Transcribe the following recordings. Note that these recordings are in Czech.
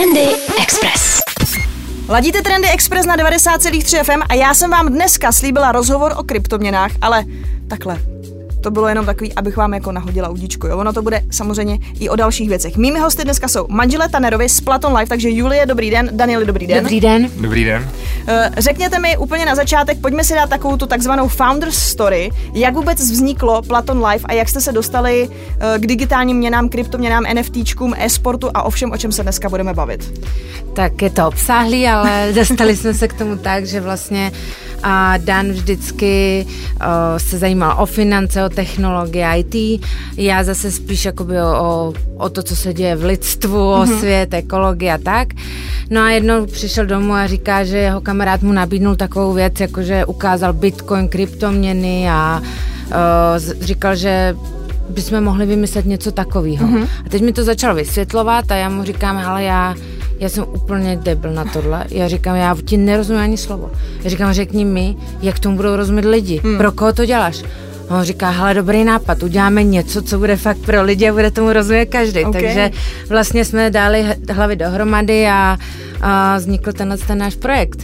Trendy Express. Ladíte Trendy Express na 90,3 FM a já jsem vám dneska slíbila rozhovor o kryptoměnách, ale takhle. To bylo jenom takový, abych vám jako nahodila udíčku, jo? Ono to bude samozřejmě i o dalších věcech. Mými hosty dneska jsou manželé Tannerovi z Platon Life, takže Julie, dobrý den, Danieli, dobrý den. Dobrý den. Dobrý den. Řekněte mi úplně na začátek, pojďme si dát takovou tu takzvanou founders story, jak vůbec vzniklo Platon Life a jak jste se dostali k digitálním měnám, kryptoměnám, NFTčkům, e-sportu a o všem, o čem se dneska budeme bavit. Tak je to obsáhlý, ale dostali jsme se k tomu tak, že vlastně Dan vždycky se zajímal o finance, o technologie, IT. Já zase spíš jakoby o to, co se děje v lidstvu, o svět, ekologii a tak. No a jednou přišel domů a říká, že jeho kamarád mu nabídnul takovou věc, jakože ukázal Bitcoin, kryptoměny a říkal, že bychom mohli vymyslet něco takového. A teď mi to začal vysvětlovat a já mu říkám, hele, já jsem úplně debil na tohle. Já říkám, já ti nerozumím ani slovo. Já říkám, řekni mi, jak tomu budou rozumět lidi. Pro koho to děláš? A on říká, hele, dobrý nápad, uděláme něco, co bude fakt pro lidi a bude tomu rozumět každý. Okay. Takže vlastně jsme dali hlavy dohromady a vznikl ten náš projekt.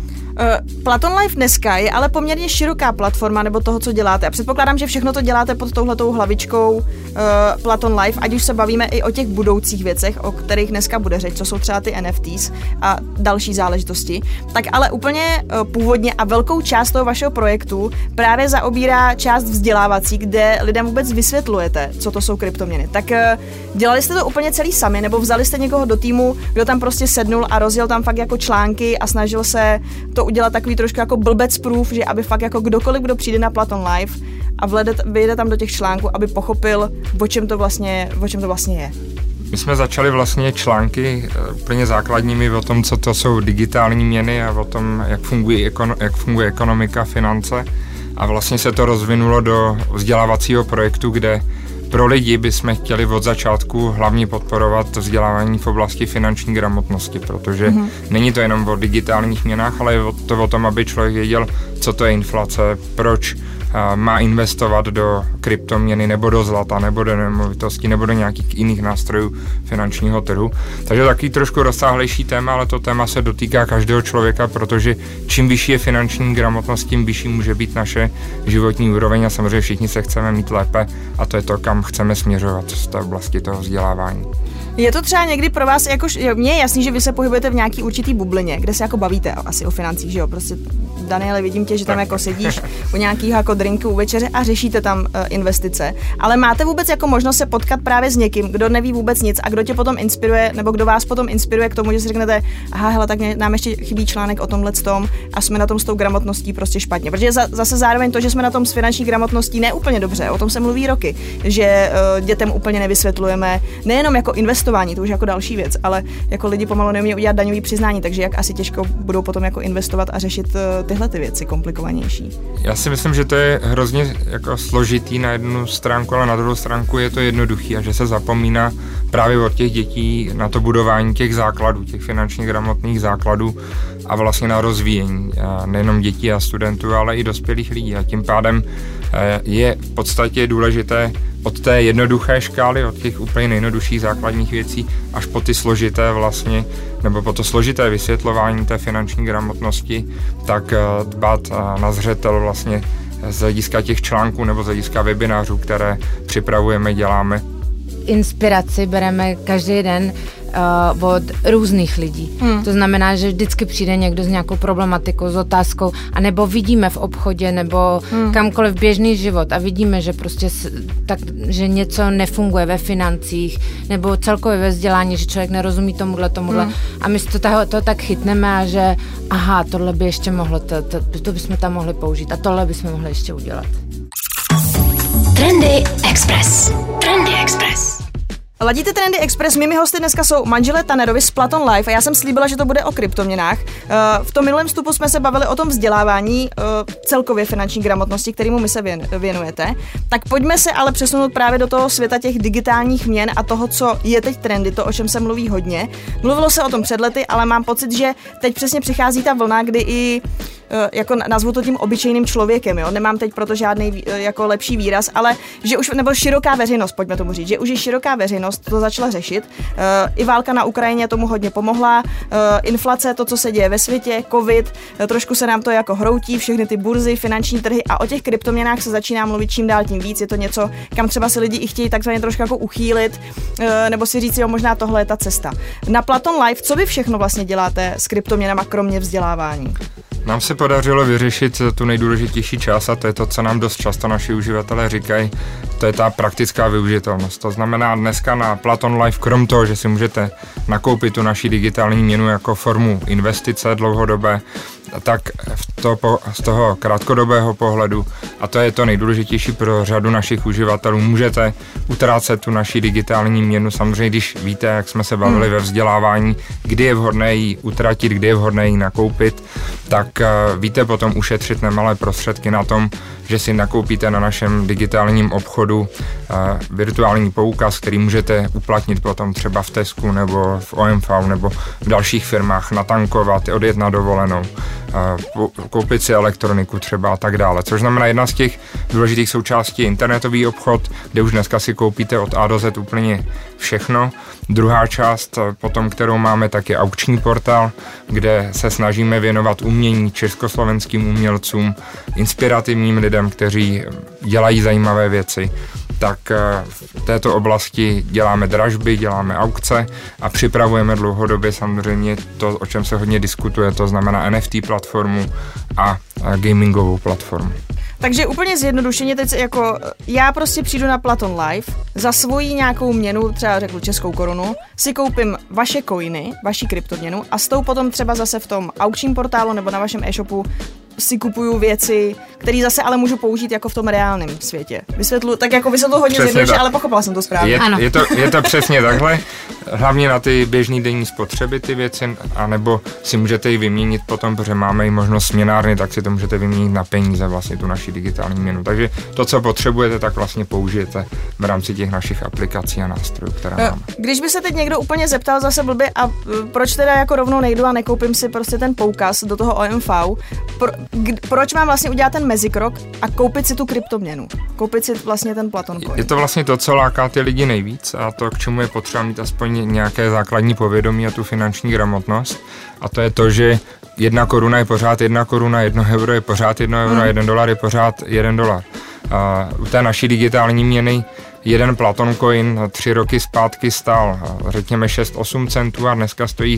Platon Life dneska je ale poměrně široká platforma nebo toho, co děláte. A předpokládám, že všechno to děláte pod touhletou hlavičkou Platon Life, ať už se bavíme i o těch budoucích věcech, o kterých dneska bude řeč, co jsou třeba ty NFTs a další záležitosti. Tak ale úplně původně a velkou část toho vašeho projektu právě zaobírá část vzdělávací, kde lidem vůbec vysvětlujete, co to jsou kryptoměny. Tak dělali jste to úplně celý sami, nebo vzali jste někoho do týmu, kdo tam prostě sednul a rozjel tam fakt jako články a snažil se to udělat takový trošku jako blbec proof, že aby fakt jako kdokoliv, kdo přijde na Platon Life a vyjde tam do těch článků, aby pochopil, o čem to vlastně je. My jsme začali vlastně články úplně základními o tom, co to jsou digitální měny a o tom, jak funguje ekonomika, finance a vlastně se to rozvinulo do vzdělávacího projektu, kde pro lidi bychom chtěli od začátku hlavně podporovat vzdělávání v oblasti finanční gramotnosti, protože není to jenom o digitálních měnách, ale je to o tom, aby člověk věděl, co to je inflace, proč má investovat do kryptoměny nebo do zlata, nebo do nemovitosti, nebo do nějakých jiných nástrojů finančního trhu. Takže takový trošku rozsáhlejší téma, ale to téma se dotýká každého člověka, protože čím vyšší je finanční gramotnost, tím vyšší může být naše životní úroveň a samozřejmě všichni se chceme mít lépe a to je to, kam chceme směřovat z té oblasti toho vzdělávání. Je to třeba někdy pro vás, mně je jasný, že vy se pohybujete v nějaký určitý bublině, kde se jako bavíte asi o financích, že jo, prostě Daniele, vidím tě, že tam jako sedíš u nějakého jako drinku u večeře a řešíte tam investice, ale máte vůbec jako možnost se potkat právě s někým, kdo neví vůbec nic a kdo tě potom inspiruje, nebo kdo vás potom inspiruje k tomu, že si řeknete, aha, hele, tak nám ještě chybí článek o tomhletom a jsme na tom s tou gramotností prostě špatně, protože zase zároveň to, že jsme na tom s finanční gramotností ne úplně dobře, o tom se mluví roky, že dětem úplně nevysvětlujeme, nejenom jako investování, to už jako další věc, ale jako lidi pomalu neumějí udělat daňový přiznání, takže jak asi těžko budou potom jako investovat a řešit tyhle ty věci komplikovanější. Já si myslím, že to je hrozně jako složitý na jednu stránku, ale na druhou stránku je to jednoduchý a že se zapomíná právě od těch dětí na to budování těch základů, těch finančně gramotných základů a vlastně na rozvíjení nejenom dětí a studentů, ale i dospělých lidí a tím pádem je v podstatě důležité od té jednoduché škály, od těch úplně nejjednodušších základních věcí až po ty složité vlastně, nebo po to složité vysvětlování té finanční gramotnosti, tak dbát na zřetel vlastně z hlediska těch článků nebo z hlediska webinářů, které připravujeme, děláme. Inspiraci bereme každý den od různých lidí. To znamená, že vždycky přijde někdo s nějakou problematikou, s otázkou, anebo vidíme v obchodě, nebo kamkoliv běžný život a vidíme, že prostě že něco nefunguje ve financích, nebo celkově ve vzdělání, že člověk nerozumí tomuhle. A my to tak chytneme a že aha, tohle by ještě mohlo, to bychom tam mohli použít a tohle bychom mohli ještě udělat. Trendy Express. Trendy Express. Ladíte Trendy Express, mými hosty dneska jsou manželé Tannerovi z Platon Life a já jsem slíbila, že to bude o kryptoměnách. V tom minulém vstupu jsme se bavili o tom vzdělávání celkově finanční gramotnosti, kterému my se věnujete. Tak pojďme se ale přesunout právě do toho světa těch digitálních měn a toho, co je teď trendy, to, o čem se mluví hodně. Mluvilo se o tom před lety, ale mám pocit, že teď přesně přichází ta vlna, kdy i jako nazvu to tím obyčejným člověkem, jo? Nemám teď proto žádný jako lepší výraz, ale že už, nebo široká veřejnost, pojďme tomu říct, že už i široká veřejnost to začala řešit. I válka na Ukrajině tomu hodně pomohla, inflace, to, co se děje ve světě, covid, trošku se nám to jako hroutí, všechny ty burzy, finanční trhy a o těch kryptoměnách se začíná mluvit čím dál tím víc. Je to něco, kam třeba si lidi i chtějí takzvaně trošku jako uchýlit, nebo si říct, jo, možná tohle je ta cesta. Na Platon Life, co vy všechno vlastně děláte s kryptoměnama, kromě vzdělávání? Nám se podařilo vyřešit tu nejdůležitější část a to je to, co nám dost často naši uživatelé říkají, to je ta praktická využitelnost. To znamená dneska na Platon Life, krom toho, že si můžete nakoupit tu naši digitální měnu jako formu investice dlouhodobé, tak z toho krátkodobého pohledu, a to je to nejdůležitější pro řadu našich uživatelů, můžete utrácet tu naši digitální měnu. Samozřejmě, když víte, jak jsme se bavili ve vzdělávání, kdy je vhodné ji utratit, kdy je vhodné ji nakoupit, tak víte potom ušetřit nemalé prostředky na tom, že si nakoupíte na našem digitálním obchodu virtuální poukaz, který můžete uplatnit potom třeba v Tesku nebo v OMV nebo v dalších firmách, natankovat, odjet na dovolenou, koupit si elektroniku třeba a tak dále. Což znamená jedna z těch důležitých součástí internetový obchod, kde už dneska si koupíte od A do Z úplně všechno. Druhá část potom, kterou máme, tak je aukční portál, kde se snažíme věnovat umění československým umělcům, inspirativním lidem, kteří dělají zajímavé věci. Tak v této oblasti děláme dražby, děláme aukce a připravujeme dlouhodobě samozřejmě to, o čem se hodně diskutuje, to znamená NFT platformu a gamingovou platformu. Takže úplně zjednodušeně teď jako já prostě přijdu na Platon Life, za svoji nějakou měnu, třeba řeknu českou korunu, si koupím vaše coiny, vaši kryptoměnu a s tou potom třeba zase v tom aukčním portálu nebo na vašem e-shopu si kupuju věci, které zase ale můžu použít jako v tom reálném světě. Vysvětlu hodně zjednodušeně, ale pochopila jsem to správně. Je to přesně takhle. Hlavně na ty běžný denní spotřeby ty věci, anebo si můžete ji vyměnit potom, protože máme i možnost směnárny, tak si to můžete vyměnit na peníze, vlastně tu naši digitální měnu. Takže to, co potřebujete, tak vlastně použijete v rámci těch našich aplikací a nástrojů, které máme. Když by se teď někdo úplně zeptal zase blbě, a proč teda jako rovnou nejdu a nekoupím si prostě ten poukaz do toho OMV, proč mám vlastně udělat ten mezikrok a koupit si tu kryptoměnu? Koupit si vlastně ten Platon Coin? Je to vlastně to, co láká ty lidi nejvíc a to, k čemu je potřeba mít aspoň nějaké základní povědomí a tu finanční gramotnost. A to je to, že 1 koruna je pořád 1 koruna, 1 euro je pořád 1 euro, 1 dolar je pořád 1 dolar. A u té naší digitální měny jeden Platon Coin 3 roky zpátky stál, řekněme, 6-8 centů a dneska stojí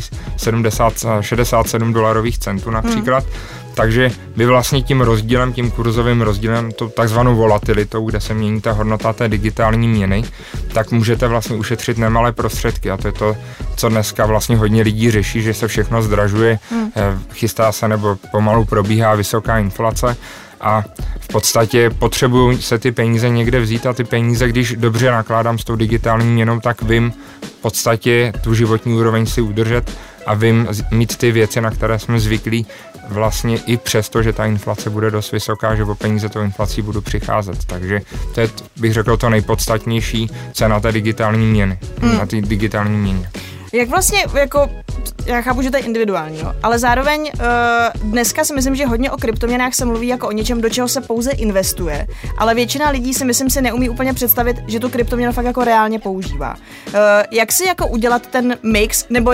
67 dolarových centů například. Takže vy vlastně tím rozdílem, tím kurzovým rozdílem, tou takzvanou volatilitou, kde se mění ta hodnota té digitální měny, tak můžete vlastně ušetřit nemalé prostředky a to je to, co dneska vlastně hodně lidí řeší, že se všechno zdražuje, chystá se nebo pomalu probíhá vysoká inflace a v podstatě potřebují se ty peníze někde vzít a ty peníze, když dobře nakládám s tou digitální měnou, tak vím v podstatě tu životní úroveň si udržet a vím mít ty věci, na které jsme zvyklí, vlastně i přesto, že ta inflace bude dost vysoká, že o peníze tou inflací budu přicházet. Takže to je, bych řekl, to nejpodstatnější cena té digitální měny, na té digitální měně. Jak vlastně, jako, já chápu, že to je individuální, jo? Ale zároveň dneska si myslím, že hodně o kryptoměnách se mluví jako o něčem, do čeho se pouze investuje, ale většina lidí si myslím si neumí úplně představit, že tu kryptoměnu fakt jako reálně používá. Jak si jako udělat ten mix, nebo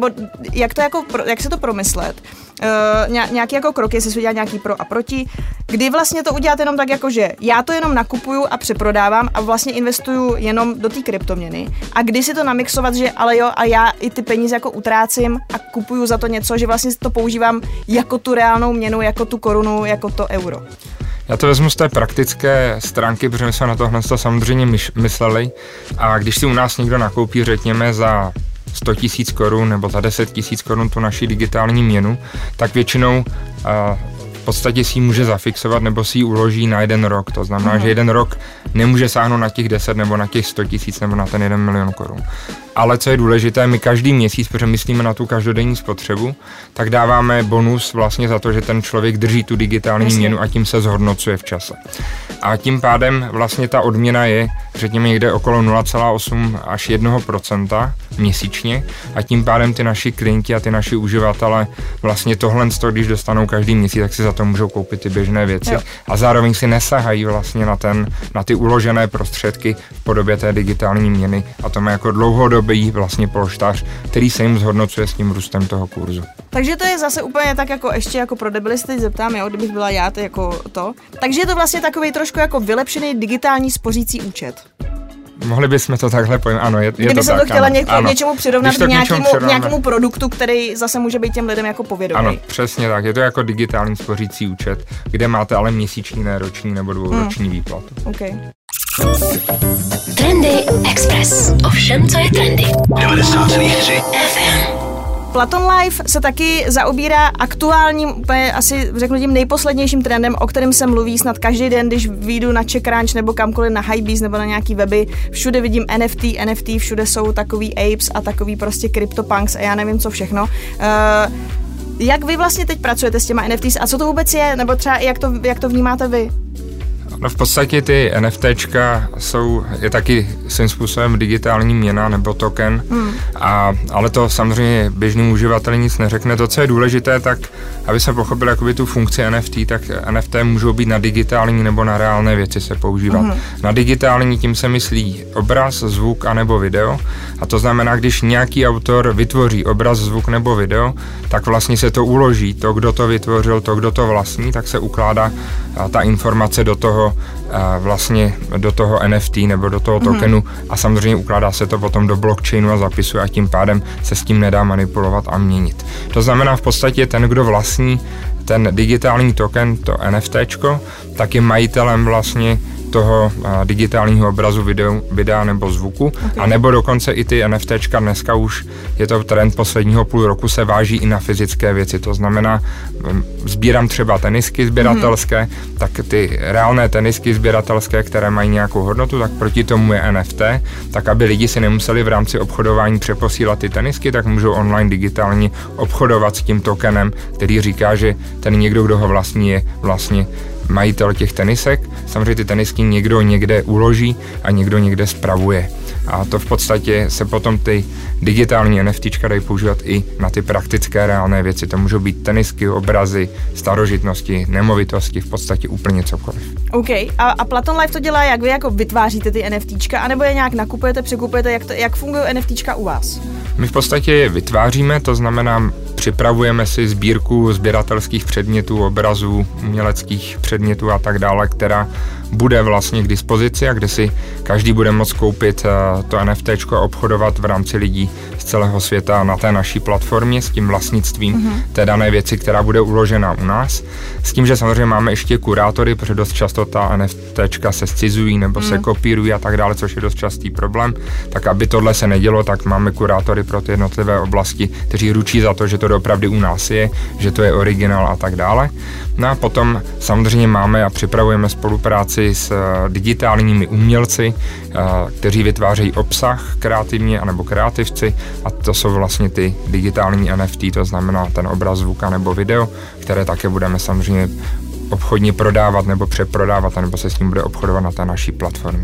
jak se to promyslet? Nějaký jako kroky, jestli si udělat nějaký pro a proti, kdy vlastně to udělat jenom tak jako, že já to jenom nakupuju a přeprodávám a vlastně investuju jenom do té kryptoměny a kdy si to namixovat, že ale jo a já i ty peníze jako utrácím a kupuju za to něco, že vlastně to používám jako tu reálnou měnu, jako tu korunu, jako to euro. Já to vezmu z té praktické stránky, protože my jsme na tohle samozřejmě mysleli a když si u nás někdo nakoupí, řekněme, za 100 000 korun nebo za 10 000 korun tu naši digitální měnu, tak většinou v podstatě si ji může zafixovat nebo si ji uloží na 1 rok. To znamená, že 1 rok nemůže sáhnout na těch 10 nebo na těch 100 000 nebo na ten 1 milion korun. Ale co je důležité, my každý měsíc, protože myslíme na tu každodenní spotřebu, tak dáváme bonus vlastně za to, že ten člověk drží tu digitální měnu a tím se zhodnocuje v čase. A tím pádem vlastně ta odměna je, řekněme, někde okolo 0,8 až 1% měsíčně a tím pádem ty naši klienti a ty naši uživatelé vlastně tohle, když dostanou každý měsíc, tak si za to můžou koupit ty běžné věci a zároveň si nesahají vlastně na ty uložené prostředky v podobě té digitální měny a to má jako dlouhodobý vlastně polštář, který se jim zhodnocuje s tím růstem toho kurzu. Takže to je zase úplně tak jako ještě jako pro debilisty zeptám, jo, kdybych byla já, to jako to. Takže je to vlastně takový trošku jako vylepšený digitální spořící účet. Mohli bychom to takhle pojmout, ano, je to tak. Kdyby se to chtěla něčemu přirovnat k nějakému produktu, který zase může být těm lidem jako povědomý. Ano, přesně tak, je to jako digitální spořící účet, kde máte ale měsíční, ne roční nebo dvouroční výplatu. Okay. Trendy Express. O všem, co je trendy. 90,3 FM. Platon Life se taky zaobírá aktuálním, úplně asi řeknu tím nejposlednějším trendem, o kterém se mluví snad každý den, když vyjdu na CheckRunch nebo kamkoliv na Hypebeast nebo na nějaký weby. Všude vidím NFT, všude jsou takový apes a takový prostě CryptoPunks a já nevím co všechno. Jak vy vlastně teď pracujete s těma NFTs a co to vůbec je? Nebo třeba jak to vnímáte vy? No v podstatě ty NFTčka je taky svým způsobem digitální měna nebo token, ale to samozřejmě běžným uživateli nic neřekne. To, co je důležité, tak aby se pochopil jakoby tu funkci NFT, tak NFT můžou být na digitální nebo na reálné věci se používat. Na digitální tím se myslí obraz, zvuk anebo video a to znamená, když nějaký autor vytvoří obraz, zvuk nebo video, tak vlastně se to uloží, to, kdo to vytvořil, to, kdo to vlastní, tak se ukládá ta informace do toho vlastně do toho NFT nebo do toho tokenu a samozřejmě ukládá se to potom do blockchainu a zapisuje a tím pádem se s tím nedá manipulovat a měnit. To znamená v podstatě ten, kdo vlastní ten digitální token, to NFTčko, tak je majitelem vlastně toho digitálního obrazu, videa nebo zvuku, a nebo dokonce i ty NFTčka dneska už je to trend posledního půl roku, se váží i na fyzické věci, to znamená sbírám třeba tenisky sběratelské, tak ty reálné tenisky sběratelské, které mají nějakou hodnotu, tak proti tomu je NFT, tak aby lidi si nemuseli v rámci obchodování přeposílat ty tenisky, tak můžou online digitálně obchodovat s tím tokenem, který říká, že ten někdo, kdo ho vlastní, je vlastně majitel těch tenisek. Samozřejmě ty tenisky někdo někde uloží a někdo někde spravuje. A to v podstatě se potom ty digitální NFTčka dají používat i na ty praktické reálné věci. To můžou být tenisky, obrazy, starožitnosti, nemovitosti, v podstatě úplně cokoliv. OK. A Platon Life to dělá, jak vy jako vytváříte ty NFTčka, anebo je nějak nakupujete, překupujete, jak fungují NFTčka u vás? My v podstatě je vytváříme, to znamená připravujeme si sbírku sběratelských předmětů, obrazů, uměleckých předmětů a tak dále, která bude vlastně k dispozici a kde si každý bude moct koupit to NFTčko a obchodovat v rámci lidí z celého světa na té naší platformě s tím vlastnictvím té dané věci, která bude uložena u nás. S tím, že samozřejmě máme ještě kurátory, protože dost často ta NFTčka se scizují nebo se kopírují a tak dále, což je dost častý problém. Tak aby tohle se nedělo, tak máme kurátory pro ty jednotlivé oblasti, kteří ručí za to, že to doopravdy u nás je, že to je originál a tak dále. No a potom samozřejmě máme a připravujeme spolupráci s digitálními umělci, kteří vytvářejí obsah kreativně anebo kreativci, a to jsou vlastně ty digitální NFT, to znamená ten obraz, zvuk nebo video, které také budeme samozřejmě obchodně prodávat nebo přeprodávat, nebo se s tím bude obchodovat na té naší platformě.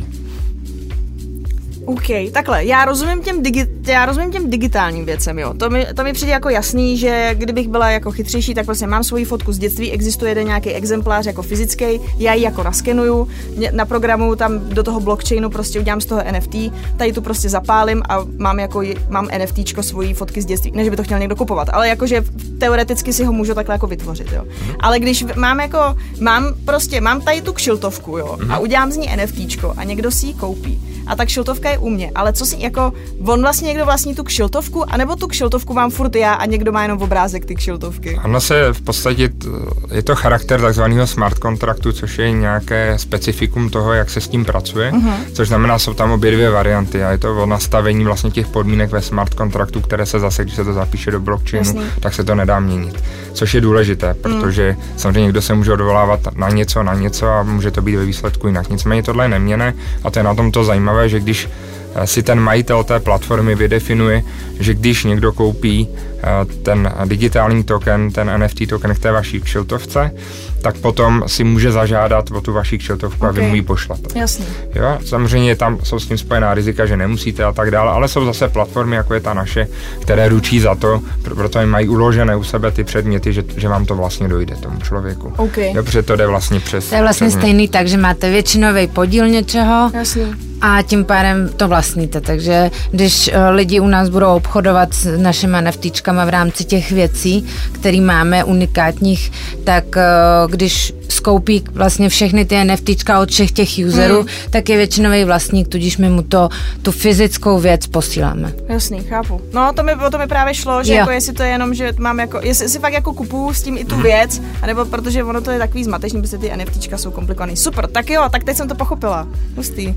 OK, takhle, já rozumím těm digitálním věcem, jo. To mi přijde jako jasný, že kdybych byla jako chytřejší, tak prostě mám svoji fotku z dětství, existuje jeden nějaký exemplář jako fyzický, já ji jako naskenuju, naprogramuju tam do toho blockchainu, prostě udělám z toho NFT, tady tu prostě zapálím a mám NFTčko svojí fotky z dětství, ne, že by to chtěl někdo kupovat, ale jakože teoreticky si ho můžu takhle jako vytvořit, jo. Ale když mám tady tu kšiltovku, jo, a udělám z ní NFTčko a někdo si ji koupí, a ta kšiltovka je u mě, ale co si jako, on vlastně někdo vlastní tu kšiltovku, anebo tu kšiltovku mám furt já a někdo má jenom obrázek ty kšiltovky? Ono se v podstatě, je to charakter takzvaného smart kontraktu, což je nějaké specifikum toho, jak se s tím pracuje, což znamená, jsou tam obě dvě varianty a je to o nastavení vlastně těch podmínek ve smart kontraktu, které se zase, když se to zapíše do blockchainu, tak se to nedá měnit. Což je důležité, protože samozřejmě někdo se může odvolávat na něco a může to být ve výsledku jinak. Nicméně tohle je neměnné a to je na tom to zajímavé, že když si ten majitel té platformy vydefinuje, že když někdo koupí ten digitální token, ten NFT token k té vaší kšiltovce, tak potom si může zažádat o tu vaši kšiltovku a vy mu ji pošlete. Jasně. Jo, samozřejmě tam jsou s tím spojená rizika, že nemusíte a tak dále, ale jsou zase platformy, jako je ta naše, které ručí za to, proto mají uložené u sebe ty předměty, že vám to vlastně dojde tomu člověku. Okay. Jo, protože to jde vlastně přes... To je vlastně stejný tak, že máte většinový podíl něčeho. Jasně. A tím pádem to vlastníte, takže když lidi u nás budou obchodovat s našimi NFTčkama v rámci těch věcí, které máme unikátních, tak když skoupí vlastně všechny ty NFTčka od všech těch userů, tak je většinový vlastník, tudíž my mu tu fyzickou věc posíláme. Jasný, chápu. No, o to mi právě šlo, že jako jestli to je jenom, že mám jako, jestli si fakt jako kupuju s tím i tu věc, anebo protože ono to je takový zmatečný, protože ty NFTčka jsou komplikovaný. Super, tak jo, tak teď jsem to pochopila. Hustý.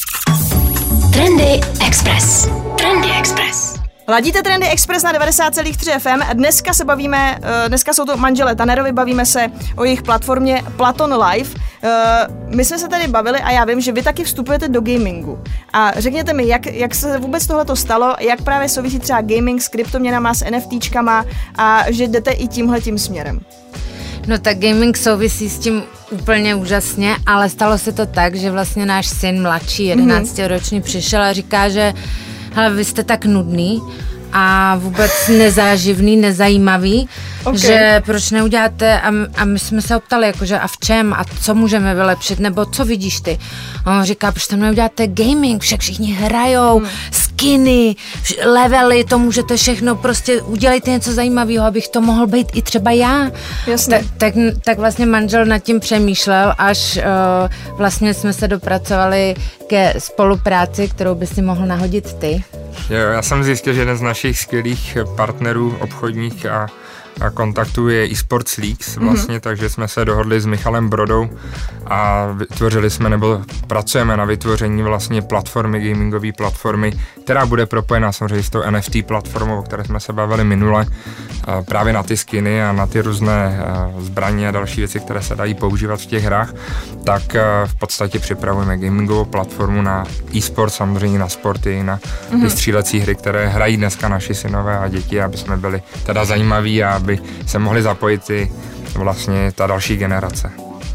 Trendy Express. Trendy Express. Ladíte Trendy Express na 90,3 FM. Dneska jsou to manželé Tannerovi, bavíme se o jejich platformě Platon Live. My jsme se tady bavili a já vím, že vy taky vstupujete do gamingu. A řekněte mi, jak se vůbec tohleto stalo, jak právě souvisí třeba gaming s kryptoměnama, s NFTčkama a že jdete i tímhletím směrem. No tak gaming souvisí s tím úplně úžasně, ale stalo se to tak, že vlastně náš syn mladší, 11roční, přišel a říká, že hele, vy jste tak nudný a vůbec nezáživný, nezajímavý, že proč neuděláte, a my jsme se optali, jakože a v čem a co můžeme vylepšit, nebo co vidíš ty? A on říká, proč tam neuděláte gaming, však všichni hrajou, skiny, levely, to můžete všechno, prostě udělejte něco zajímavého, abych to mohl být i třeba já. Jasně. Tak vlastně manžel nad tím přemýšlel, až vlastně jsme se dopracovali ke spolupráci, kterou by si mohl nahodit ty. Jo, já jsem zjistil, že jeden z našich skvělých partnerů obchodních a kontaktů je eSports Leagues vlastně, takže jsme se dohodli s Michalem Brodou a vytvořili jsme, nebo pracujeme na vytvoření vlastně platformy, gamingové platformy, která bude propojena samozřejmě s tou NFT platformou, o které jsme se bavili minule, právě na ty skiny a na ty různé zbraně a další věci, které se dají používat v těch hrách, tak v podstatě připravujeme gamingovou platformu na e-sport, samozřejmě na sporty, na ty střílecí hry, které hrají dneska naši synové a děti, aby jsme byli teda zajímaví a aby se mohli zapojit i vlastně ta další generace.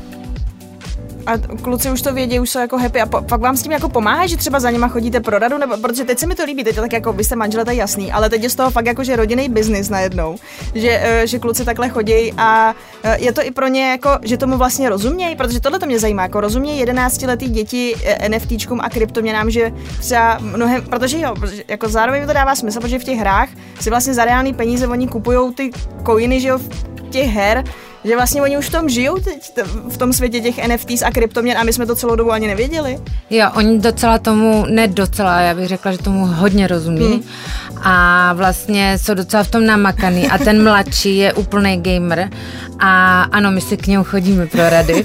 A kluci už to vědí, už jsou jako happy a pak vám s tím jako pomáhá, že třeba za nima chodíte pro radu, nebo protože teď se mi to líbí, teď to tak jako vy jste manželé, to je jasný, ale teď je z toho fakt jako, že rodinný biznis najednou, že kluci takhle chodí a je to i pro ně jako, že tomu vlastně rozumějí, protože tohle to mě zajímá, jako rozumějí 11letý děti NFTčkům a kryptoměnám, že třeba mnohem, protože jako zároveň to dává smysl, protože v těch hrách si vlastně za reální peníze oni kupujou ty coiny, že jo, v těch her, že vlastně oni už v tom žijou teď, v tom světě těch NFTs a kryptoměn a my jsme to celou dobu ani nevěděli. Jo, oni docela tomu, ne docela, já bych řekla, že tomu hodně rozumí a vlastně jsou docela v tom namakaný a ten mladší je úplný gamer a ano, my si k němu chodíme pro rady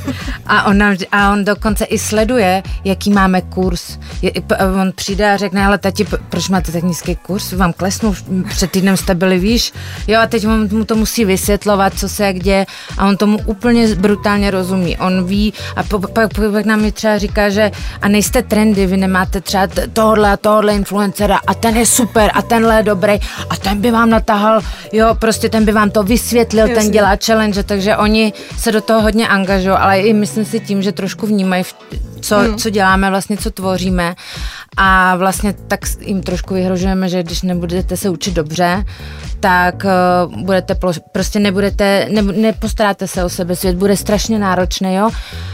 a on dokonce i sleduje, jaký máme kurz. On přijde a řekne, ale tati, proč máte tak nízký kurz? Vám klesnul, před týdnem jste byli výš. Jo, a teď mu to musí vysvětlovat, co se jak děje a on tomu úplně brutálně rozumí. On ví a pak nám mi třeba říká, že a nejste trendy, vy nemáte třeba tohle influencera a ten je super a tenhle je dobrý a ten by vám natahal, jo, prostě ten by vám to vysvětlil, ten dělá challenge, takže oni se do toho hodně angažují, ale i myslím si tím, že trošku vnímají, co děláme, vlastně co tvoříme a vlastně tak jim trošku vyhrožujeme, že když nebudete se učit dobře, tak prostě nepostaráte se o sebe, svět bude strašně náročný, jo.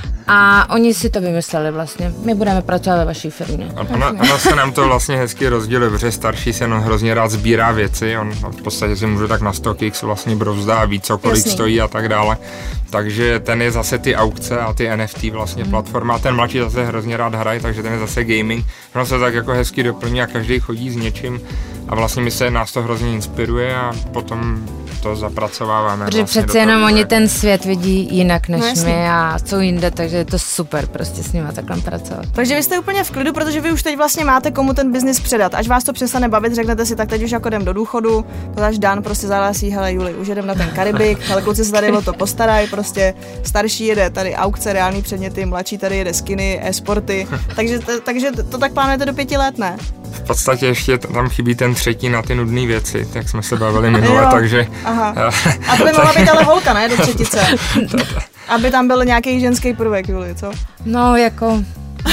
A oni si to vymysleli vlastně. My budeme pracovat ve vaší firmě. Ono se nám to vlastně hezky rozdělí, protože starší se hrozně rád sbírá věci, on v podstatě si může tak na StockX vlastně brouzdá a ví, co kolik stojí a tak dále. Takže ten je zase ty aukce a ty NFT vlastně platforma. A ten mladší zase hrozně rád hraje, takže ten je zase gaming. Ono se tak jako hezky doplní a každý chodí s něčím a vlastně nás to hrozně inspiruje a potom to zapracováváme. Protože vlastně přece jenom oni ten svět vidí jinak než my a jsou jinde, takže je to super prostě s nima takhle pracovat. Takže vy jste úplně v klidu, protože vy už teď vlastně máte komu ten biznis předat. Až vás to přestane bavit, řeknete si, tak teď už jako jdem do důchodu, protože Dan prostě zahlásí, hele Juli, už jdem na ten Karibik, hele kluci se tady o to postarají, prostě starší jede tady aukce, reální předměty, mladší tady jede skiny, e-sporty, takže to tak plánujete do 5 let, ne? V podstatě ještě tam chybí ten třetí na ty nudné věci, jak jsme se bavili minule, takže... Aha. A to by mohla být ale holka, ne, do třetice? Aby tam byl nějaký ženský prvek, Juli, co? No, jako...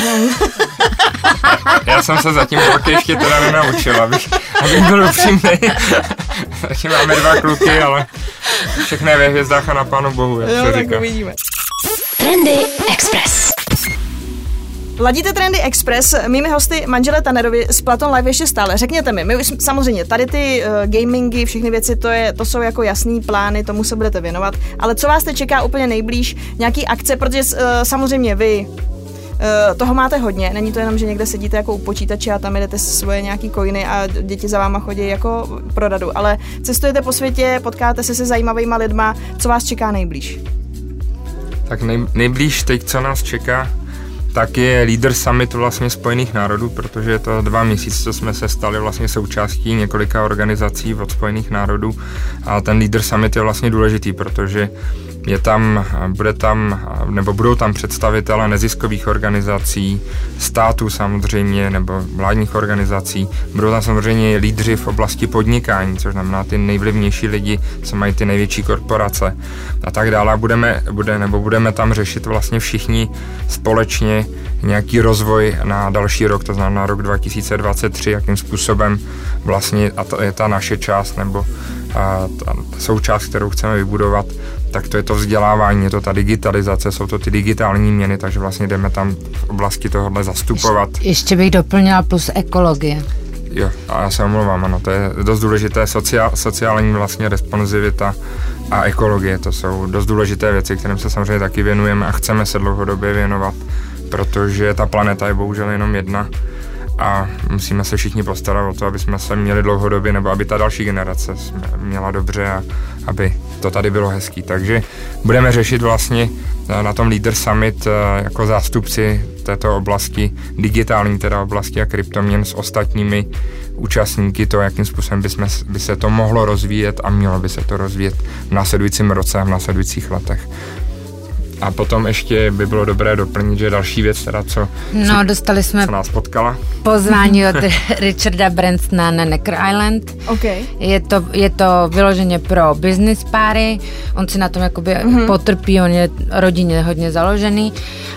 Já jsem se zatím taky ještě teda nenaučil, abych byl upřímnej. Zatím máme 2 kluky, ale všechno je ve hvězdách a na Pánu Bohu, jak se říká. Uvidíme. Trendy Express. Ladíte Trendy Express, mými hosty manželé Tannerovi z Platon Live ještě stále. Řekněte mi, my už samozřejmě tady ty gamingy, všechny věci, to jsou jako jasný plány, tomu se budete věnovat, ale co vás teď čeká úplně nejblíž, nějaký akce, protože samozřejmě vy toho máte hodně, není to jenom, že někde sedíte jako u počítače a tam jdete svoje nějaký coiny a děti za váma chodí jako pro radu, ale cestujete po světě, potkáte se zajímavýma lidma, co vás čeká nejblíž? Tak nejblíž teď, co nás čeká, tak je Leader Summit vlastně Spojených národů, protože je to 2 měsíce, co jsme se stali vlastně součástí několika organizací od Spojených národů a ten Leader Summit je vlastně důležitý, protože budou tam představitelé neziskových organizací, států samozřejmě, nebo vládních organizací. Budou tam samozřejmě lídři v oblasti podnikání, což znamená ty nejvlivnější lidi, co mají ty největší korporace a tak dále. Budeme tam řešit vlastně všichni společně nějaký rozvoj na další rok, to znamená rok 2023, jakým způsobem vlastně, a to je ta naše část, nebo ta součást, kterou chceme vybudovat, tak to je to vzdělávání, je to ta digitalizace, jsou to ty digitální měny, takže vlastně jdeme tam v oblasti tohohle zastupovat. Ještě bych doplnila plus ekologie. Jo, a já se omlouvám, ano, to je dost důležité, sociální vlastně responsivita a ekologie, to jsou dost důležité věci, kterým se samozřejmě taky věnujeme a chceme se dlouhodobě věnovat, protože ta planeta je bohužel jenom jedna a musíme se všichni postarat o to, aby jsme se měli dlouhodobě, nebo aby ta další generace měla dobře a aby to tady bylo hezký. Takže budeme řešit vlastně na tom Leader Summit jako zástupci této oblasti, digitální teda oblasti a kryptoměn s ostatními účastníky to, jakým způsobem by se to mohlo rozvíjet a mělo by se to rozvíjet v následujícím roce a v následujících letech. A potom ještě by bylo dobré doplnit, že další věc, teda dostali jsme co nás potkala. Pozvání od Richarda Bransona na Necker Island. Okay. Je to vyloženě pro business páry, on si na tom jakoby potrpí, on je rodině hodně založený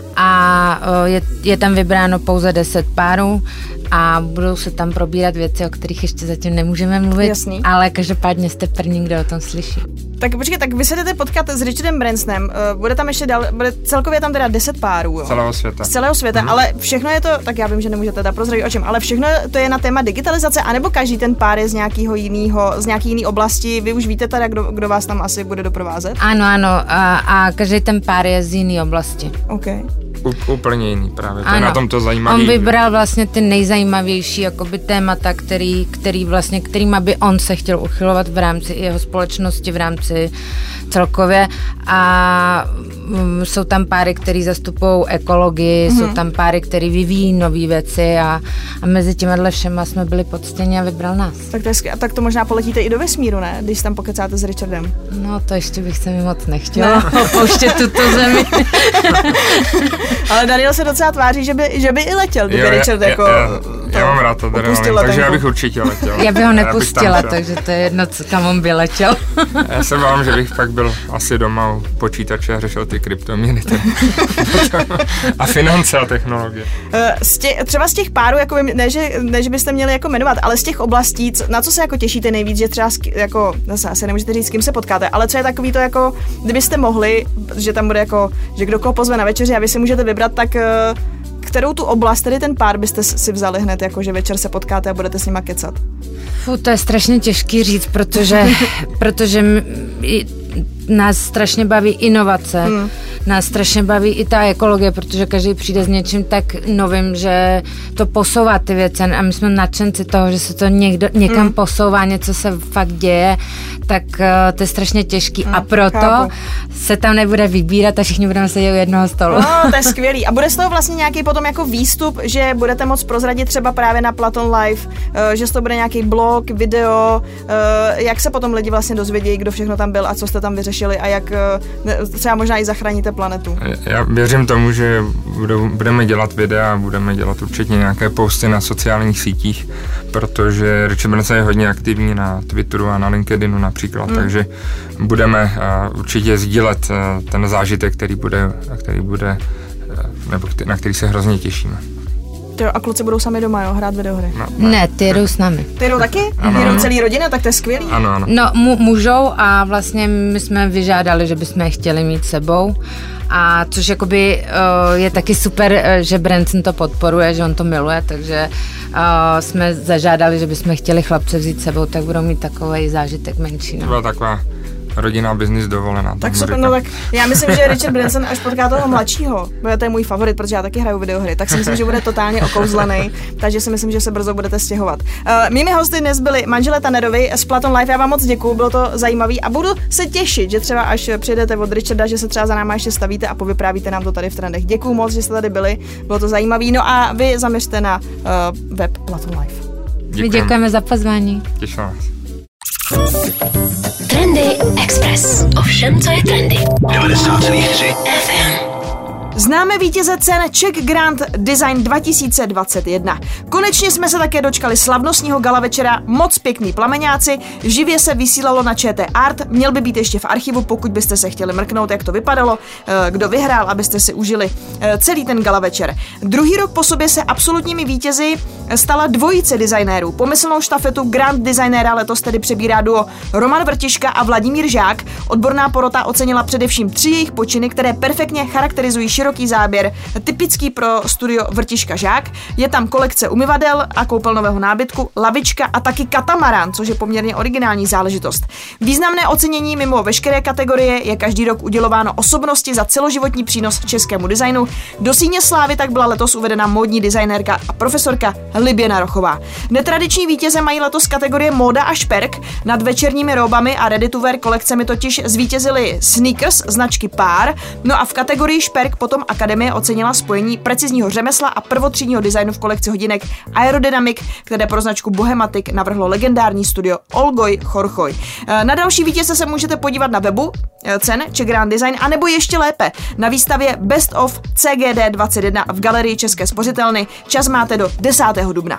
a je tam vybráno pouze 10 párů a budou se tam probírat věci, o kterých ještě zatím nemůžeme mluvit. Jasný. Ale každopádně jste první, kdo o tom slyší. Tak počkej, tak vy se jdete potkat s Richardem Bransonem, bude tam ještě bude celkově tam teda 10 párů, jo? Z celého světa, ale všechno je to, tak já vím, že nemůžete teda prozradit o čem, ale všechno to je na téma digitalizace, anebo každý ten pár je z nějaký jiný oblasti, vy už víte teda, kdo vás tam asi bude doprovázet? Ano, a každý ten pár je z jiné oblasti. Okay. Úplně jiný právě, to je na tom to zajímavé. On vybral vlastně ty nejzajímavější jakoby témata, kterýma by on se chtěl uchylovat v rámci jeho společnosti, v rámci celkově a jsou tam páry, který zastupují ekologii, jsou tam páry, který vyvíjí nové věci a mezi těmihle všema jsme byli poctěni a vybral nás. Tak to možná poletíte i do vesmíru, ne? Když tam pokecáte s Richardem. No to ještě bych se mi moc nechtěla opouštět tuto zemi. Ale Daniel se docela tváří, že by i letěl, kdyby Richard jako... Já mám rád to adrenalin, takže já bych určitě letěl. Já bych ho nepustila, takže to je jedno, kam on by letěl. Já se bavím, že bych pak byl asi doma u počítače a řešil ty kryptoměny a finance a technologie. Třeba z těch párů, jako ne, že byste měli jako jmenovat, ale z těch oblastí, na co se jako těšíte nejvíc, že třeba jako, zase asi nemůžete říct, s kým se potkáte, ale co je takový to jako, kdybyste mohli, že tam bude jako, že kdo koho pozve na večeři a vy si můžete vybrat, tak kterou tu oblast, tedy ten pár byste si vzali hned, jako že večer se potkáte a budete s nima kecat? To je strašně těžký říct, protože nás strašně baví inovace, nás strašně baví i ta ekologie, protože každý přijde s něčím tak novým, že to posouvá ty věci a my jsme nadšenci toho, že se to někam posouvá, něco se fakt děje, tak to je strašně těžký a proto se tam nebude vybírat a všichni budeme sedět u jednoho stolu. No, to je skvělý. A bude z toho vlastně nějaký potom jako výstup, že budete moct prozradit třeba právě na Platon Live, že to bude nějaký blog, video, jak se potom lidi vlastně dozvědějí, kdo všechno tam byl a co jste tam vyřešili a jak třeba možná i zachráníte planetu. Já věřím tomu, že budeme dělat videa a budeme dělat určitě nějaké posty na sociálních sítích, protože Richard Branson je hodně aktivní na Twitteru a na LinkedInu například, takže budeme určitě sdílet ten zážitek, který bude nebo na který se hrozně těšíme. A kluci budou sami doma, jo, hrát videohry? No, ne, ty jedou s námi. Ty jedou taky? Jedou celý rodina, tak to je skvělý. Ano. No, můžou a vlastně my jsme vyžádali, že bychom je chtěli mít sebou. A což jakoby je taky super, že Branson to podporuje, že on to miluje, takže jsme zažádali, že bychom chtěli chlapce vzít sebou, tak budou mít takový zážitek menší. No. To byla taková rodinná business dovolená. Tak super, no tak já myslím, že Richard Branson až potká toho mladšího, to je můj favorit, protože já taky hraju videohry, tak si myslím, že bude totálně okouzlený, takže si myslím, že se brzo budete stěhovat. Mými hosty dnes byli manželé Tannerovi z Platon Live, já vám moc děkuju, bylo to zajímavý a budu se těšit, že třeba až přijedete od Richarda, že se třeba za náma ještě stavíte a povyprávíte nám to tady v Trendech. Děkuju moc, že jste tady byli, bylo to zajímavý, no a vy zaměřte na web Platon Live. Děkujeme za pozvání. Těším vás. Trendy Express. O všem, co je trendy. 90,3 FM. Známe vítěze cen Czech Grand Design 2021. Konečně jsme se také dočkali slavnostního gala večera, moc pěkný plameňáci, živě se vysílalo na ČT Art, měl by být ještě v archivu, pokud byste se chtěli mrknout, jak to vypadalo, kdo vyhrál, abyste si užili celý ten gala večer. Druhý rok po sobě se absolutními vítězi stala dvojice designérů. Pomyslnou štafetu Grand Designera letos tedy přebírá duo Roman Vrtiška a Vladimír Žák. Odborná porota ocenila především 3 jejich počiny, které perfektně charakterizují široký záběr, typický pro studio Vrtiška Žák. Je tam kolekce umyvadel a koupelnového nábytku, lavička a taky katamarán, což je poměrně originální záležitost. Významné ocenění mimo veškeré kategorie je každý rok udělováno osobnosti za celoživotní přínos českému designu. Do síně slávy tak byla letos uvedena módní designérka a profesorka Liběna Rochová. Netradiční vítěze mají letos kategorie móda a šperk. Nad večerními róbami a ready to wear kolekcemi totiž zvítězily sneakers značky Pár, no a v kategorii šperk potom Akademie ocenila spojení precizního řemesla a prvotřídního designu v kolekci hodinek Aerodynamic, které pro značku Bohematic navrhlo legendární studio Olgoj Chorchoj. Na další vítěze se můžete podívat na webu cen Czech Grand Design, anebo ještě lépe na výstavě Best of CGD 21 v Galerii České spořitelny. Čas máte do 10. dubna.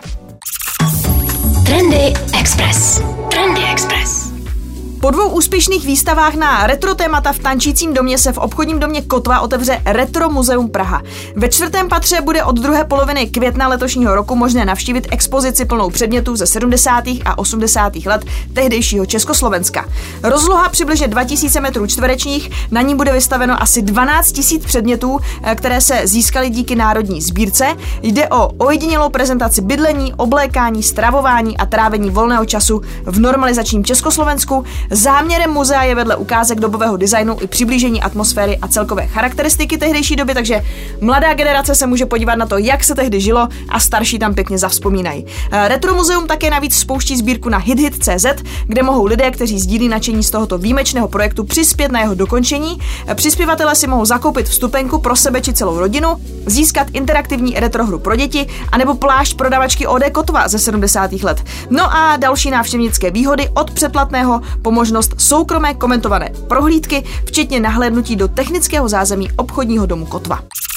Trendy Express. Trendy Express. Po 2 úspěšných výstavách na retro témata v Tančícím domě se v obchodním domě Kotva otevře Retro Muzeum Praha. Ve 4. patře bude od druhé poloviny května letošního roku možné navštívit expozici plnou předmětů ze 70. a 80. let tehdejšího Československa. Rozloha přibližně 2000 m2, na ní bude vystaveno asi 12 000 předmětů, které se získaly díky národní sbírce. Jde o ojedinělou prezentaci bydlení, oblékání, stravování a trávení volného času v normalizačním Československu. Záměrem muzea je vedle ukázek dobového designu i přiblížení atmosféry a celkové charakteristiky tehdejší doby, takže mladá generace se může podívat na to, jak se tehdy žilo a starší tam pěkně zavzpomínají. Retro muzeum také navíc spouští sbírku na hithit.cz, kde mohou lidé, kteří sdílí nadšení z tohoto výjimečného projektu, přispět na jeho dokončení. Přispěvatelé si mohou zakoupit vstupenku pro sebe či celou rodinu, získat interaktivní retrohru pro děti anebo plášť prodavačky OD Kotva ze 70. let. No a další návštěvnické výhody od předplatného po možnost soukromé komentované prohlídky, včetně nahlédnutí do technického zázemí obchodního domu Kotva.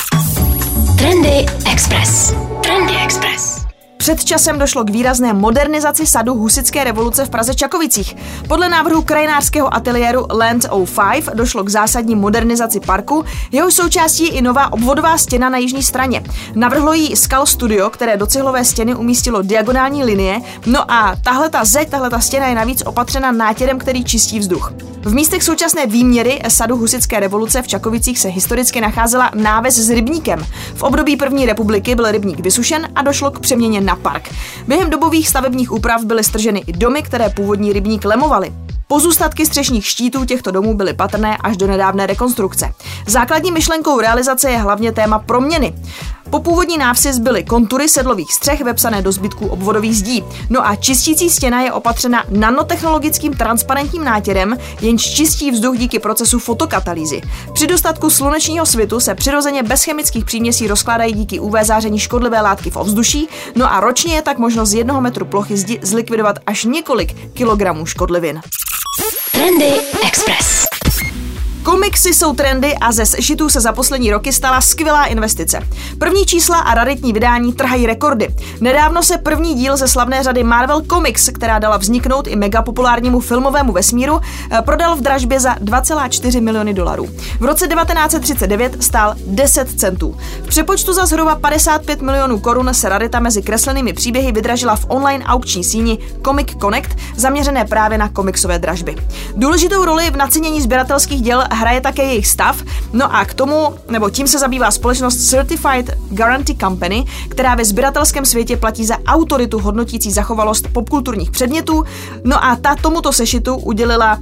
Trendy Express. Trendy Express. Před časem došlo k výrazné modernizaci sadu Husitské revoluce v Praze Čakovicích. Podle návrhu krajinářského ateliéru Land 05 došlo k zásadní modernizaci parku, jehož součástí je i nová obvodová stěna na jižní straně. Navrhlo jí Skal Studio, které do cihlové stěny umístilo diagonální linie, no a tahleta stěna je navíc opatřena nátěrem, který čistí vzduch. V místech současné výměry sadu Husitské revoluce v Čakovicích se historicky nacházela náves s rybníkem. V období první republiky byl rybník vysušen a došlo k přeměně na park. Během dobových stavebních úprav byly strženy i domy, které původní rybník lemovaly. Pozůstatky střešních štítů těchto domů byly patrné až do nedávné rekonstrukce. Základní myšlenkou realizace je hlavně téma proměny. Po původní návsi zbyly kontury sedlových střech vepsané do zbytků obvodových zdí. No a čistící stěna je opatřena nanotechnologickým transparentním nátěrem, jenž čistí vzduch díky procesu fotokatalýzy. Při dostatku slunečního svitu se přirozeně bez chemických příměsí rozkládají díky UV záření škodlivé látky v ovzduší, no a ročně je tak možno z 1 metru plochy zdi zlikvidovat až několik kilogramů škodlivin. Trendy Express. Komiksy jsou trendy a ze sešitů se za poslední roky stala skvělá investice. První čísla a raritní vydání trhají rekordy. Nedávno se první díl ze slavné řady Marvel Comics, která dala vzniknout i megapopulárnímu filmovému vesmíru, prodal v dražbě za $2,4 miliony. V roce 1939 stál 10 centů. V přepočtu za zhruba 55 milionů korun se rarita mezi kreslenými příběhy vydražila v online aukční síni Comic Connect, zaměřené právě na komiksové dražby. Důležitou roli v nacenění sběratelských děl hraje také jejich stav, no a k tomu, nebo tím se zabývá společnost Certified Guarantee Company, která ve sběratelském světě platí za autoritu hodnotící zachovalost popkulturních předmětů, no a ta tomuto sešitu udělila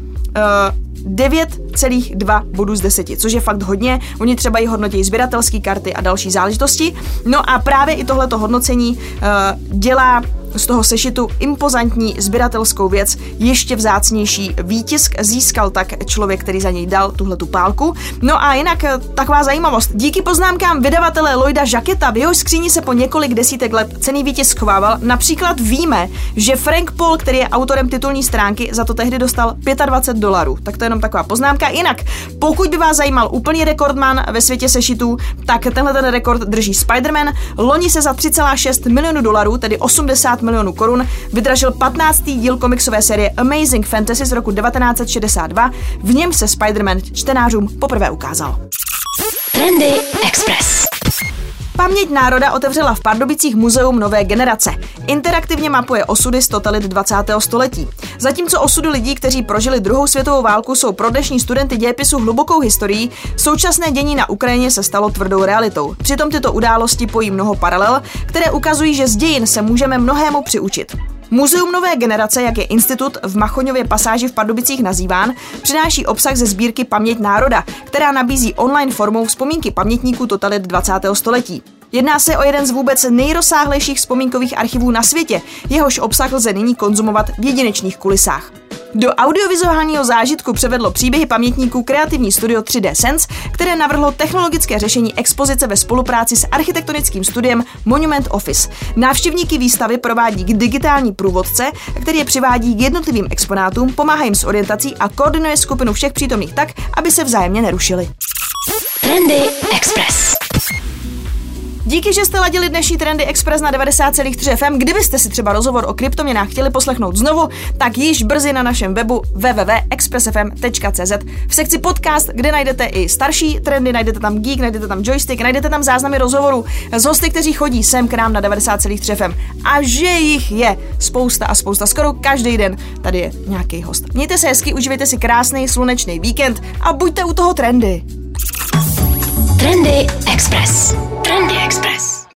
9,2 bodů z 10, což je fakt hodně. Oni třeba i hodnotí sběratelské karty a další záležitosti. No a právě i tohleto hodnocení dělá z toho sešitu impozantní sběratelskou věc, ještě vzácnější výtisk, získal tak člověk, který za něj dal tuhletu pálku. No a jinak taková zajímavost. Díky poznámkám vydavatele Lloyda Jacketa v jeho skříni se po několik desítek let cenný výtisk schovával. Například víme, že Frank Paul, který je autorem titulní stránky, za to tehdy dostal $25. Tak to je jenom taková poznámka. Jinak, pokud by vás zajímal úplný rekordman ve světě sešitů, tak tenhle ten rekord drží Spider-Man. Loni se za $3,6 milionu, tedy 80 milionů korun, vydražil 15. díl komiksové série Amazing Fantasy z roku 1962. V něm se Spider-Man čtenářům poprvé ukázal. Trendy Express. Paměť národa otevřela v Pardubicích muzeum nové generace. Interaktivně mapuje osudy z totalit 20. století. Zatímco osudy lidí, kteří prožili druhou světovou válku, jsou pro dnešní studenty dějepisu hlubokou historií, současné dění na Ukrajině se stalo tvrdou realitou. Přitom tyto události pojí mnoho paralel, které ukazují, že z dějin se můžeme mnohému přiučit. Muzeum nové generace, jak je institut v Machoňově pasáži v Pardubicích nazýván, přináší obsah ze sbírky Paměť národa, která nabízí online formou vzpomínky pamětníků totalit 20. století. Jedná se o jeden z vůbec nejrozsáhlejších vzpomínkových archivů na světě, jehož obsah lze nyní konzumovat v jedinečných kulisách. Do audiovizuálního zážitku převedlo příběhy pamětníků kreativní studio 3D Sense, které navrhlo technologické řešení expozice ve spolupráci s architektonickým studiem Monument Office. Návštěvníky výstavy provádí digitální průvodce, který je přivádí k jednotlivým exponátům, pomáhá jim s orientací a koordinuje skupinu všech přítomných tak, aby se vzájemně nerušili. Trendy Express. Díky, že jste ladili dnešní Trendy Express na 90,3 FM. Kdybyste si třeba rozhovor o kryptoměnách chtěli poslechnout znovu, tak již brzy na našem webu www.expressfm.cz v sekci podcast, kde najdete i starší trendy, najdete tam geek, najdete tam joystick, najdete tam záznamy rozhovorů s hosty, kteří chodí sem k nám na 90,3 FM. A že jich je spousta a spousta, skoro každý den tady je nějaký host. Mějte se hezky, užívejte si krásný slunečný víkend a buďte u toho trendy. Trendy Express. Trendy Express.